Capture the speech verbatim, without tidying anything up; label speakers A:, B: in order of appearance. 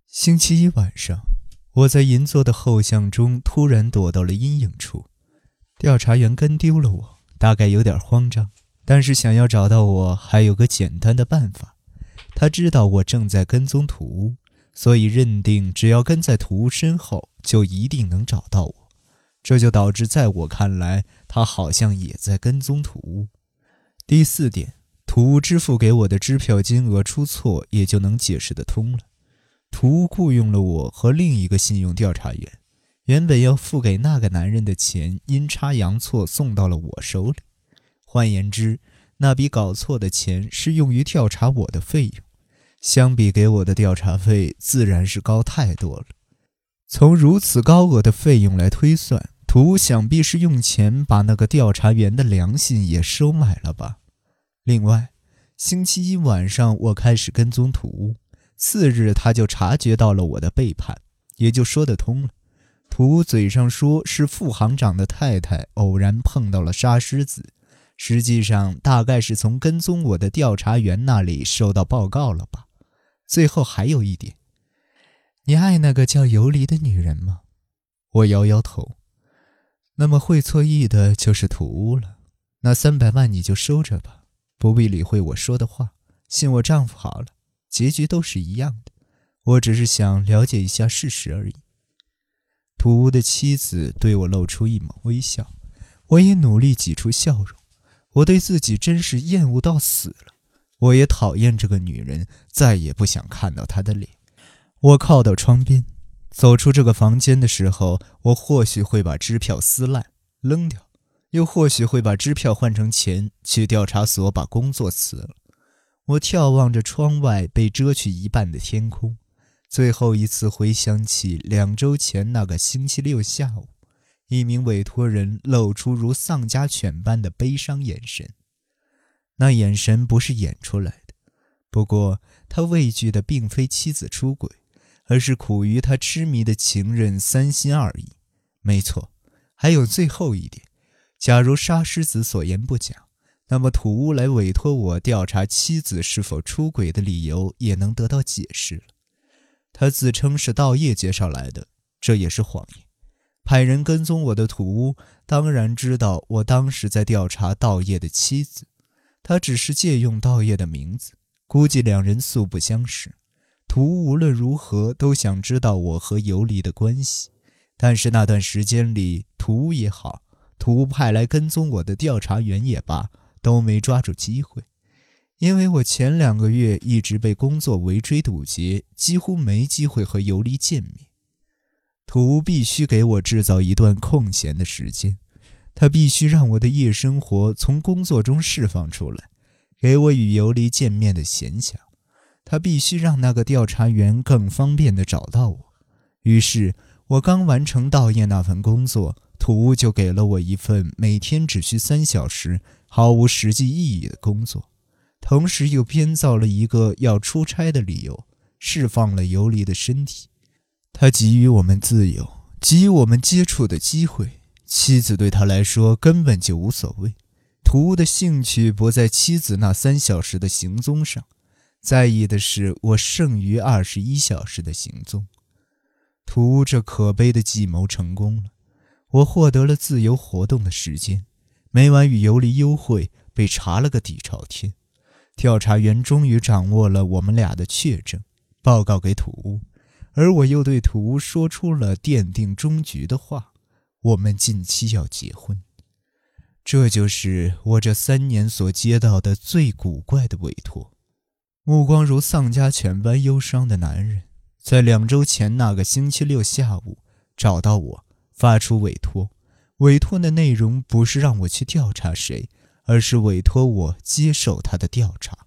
A: 星期一晚上，我在银座的后巷中突然躲到了阴影处。调查员跟丢了我，大概有点慌张，但是想要找到我还有个简单的办法。他知道我正在跟踪土屋，所以认定只要跟在土屋身后就一定能找到我。这就导致在我看来，他好像也在跟踪土屋。第四点，土屋支付给我的支票金额出错，也就能解释得通了。土屋雇佣了我和另一个信用调查员，原本要付给那个男人的钱阴差阳错送到了我手里。换言之，那笔搞错的钱是用于调查我的费用，相比给我的调查费自然是高太多了。从如此高额的费用来推算，土屋想必是用钱把那个调查员的良心也收买了吧。另外，星期一晚上我开始跟踪土屋，次日他就察觉到了我的背叛，也就说得通了。土屋嘴上说是副行长的太太偶然碰到了沙狮子，实际上大概是从跟踪我的调查员那里收到报告了吧。最后还有一点，你爱那个叫游离的女人吗？我摇摇头。那么会错意的就是土屋了，那三百万你就收着吧，不必理会我说的话，信我丈夫好了，结局都是一样的，我只是想了解一下事实而已。土屋的妻子对我露出一抹微笑，我也努力挤出笑容。我对自己真是厌恶到死了，我也讨厌这个女人，再也不想看到她的脸。我靠到窗边，走出这个房间的时候，我或许会把支票撕烂扔掉，又或许会把支票换成钱，去调查所把工作辞了。我眺望着窗外被遮去一半的天空，最后一次回想起两周前那个星期六下午，一名委托人露出如丧家犬般的悲伤眼神。那眼神不是演出来的，不过他畏惧的并非妻子出轨，而是苦于他痴迷的情人三心二意。没错，还有最后一点，假如沙狮子所言不假，那么土屋来委托我调查妻子是否出轨的理由也能得到解释了。他自称是道业介绍来的，这也是谎言。派人跟踪我的土屋当然知道我当时在调查道业的妻子，他只是借用道业的名字，估计两人素不相识。土屋无论如何都想知道我和游离的关系，但是那段时间里，土屋也好，土屋派来跟踪我的调查员也罢，都没抓住机会。因为我前两个月一直被工作围追堵截，几乎没机会和游离见面。土屋必须给我制造一段空闲的时间，他必须让我的夜生活从工作中释放出来，给我与游离见面的闲暇。他必须让那个调查员更方便地找到我。于是我刚完成道业那份工作，土屋就给了我一份每天只需三小时毫无实际意义的工作，同时又编造了一个要出差的理由，释放了游离的身体。他给予我们自由，给予我们接触的机会，妻子对他来说根本就无所谓。土屋的兴趣不在妻子那三小时的行踪上，在意的是我剩余二十一小时的行踪。土屋这可悲的计谋成功了，我获得了自由活动的时间，每晚与游离幽会，被查了个底朝天。调查员终于掌握了我们俩的确证，报告给土屋，而我又对土屋说出了奠定终局的话，我们近期要结婚。这就是我这三年所接到的最古怪的委托。目光如丧家犬般忧伤的男人，在两周前那个星期六下午找到我，发出委托。委托的内容不是让我去调查谁，而是委托我接受他的调查。